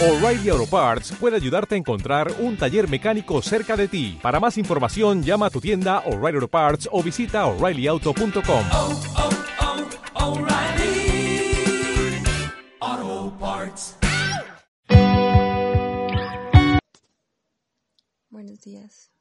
O'Reilly Auto Parts puede ayudarte a encontrar un taller mecánico cerca de ti. Para más información, llama a tu tienda O'Reilly Auto Parts o visita O'ReillyAuto.com. O'Reilly Auto Parts. Buenos días.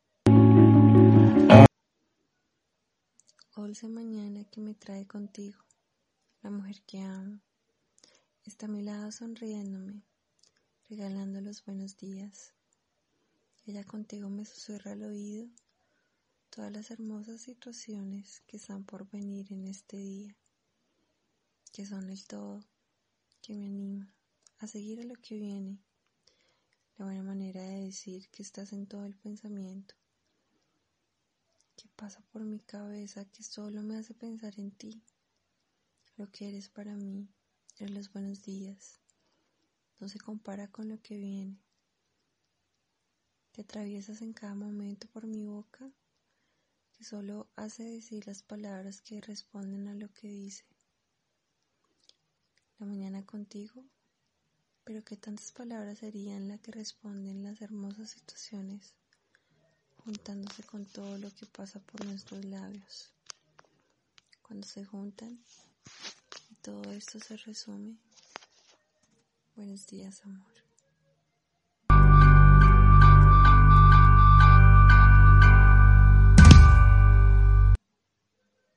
Dulce mañana que me trae contigo, la mujer que amo, está a mi lado sonriéndome, regalando los buenos días. Ella contigo me susurra al oído todas las hermosas situaciones que están por venir en este día, que son el todo, que me anima a seguir a lo que viene. La buena manera de decir que estás en todo el pensamiento, que pasa por mi cabeza, que solo me hace pensar en ti, lo que eres para mí, en los buenos días, no se compara con lo que viene. Te atraviesas en cada momento por mi boca, que solo hace decir las palabras que responden a lo que dice. La mañana contigo, pero qué tantas palabras serían las que responden las hermosas situaciones, juntándose con todo lo que pasa por nuestros labios. Cuando se juntan y todo esto se resume. Buenos días, amor.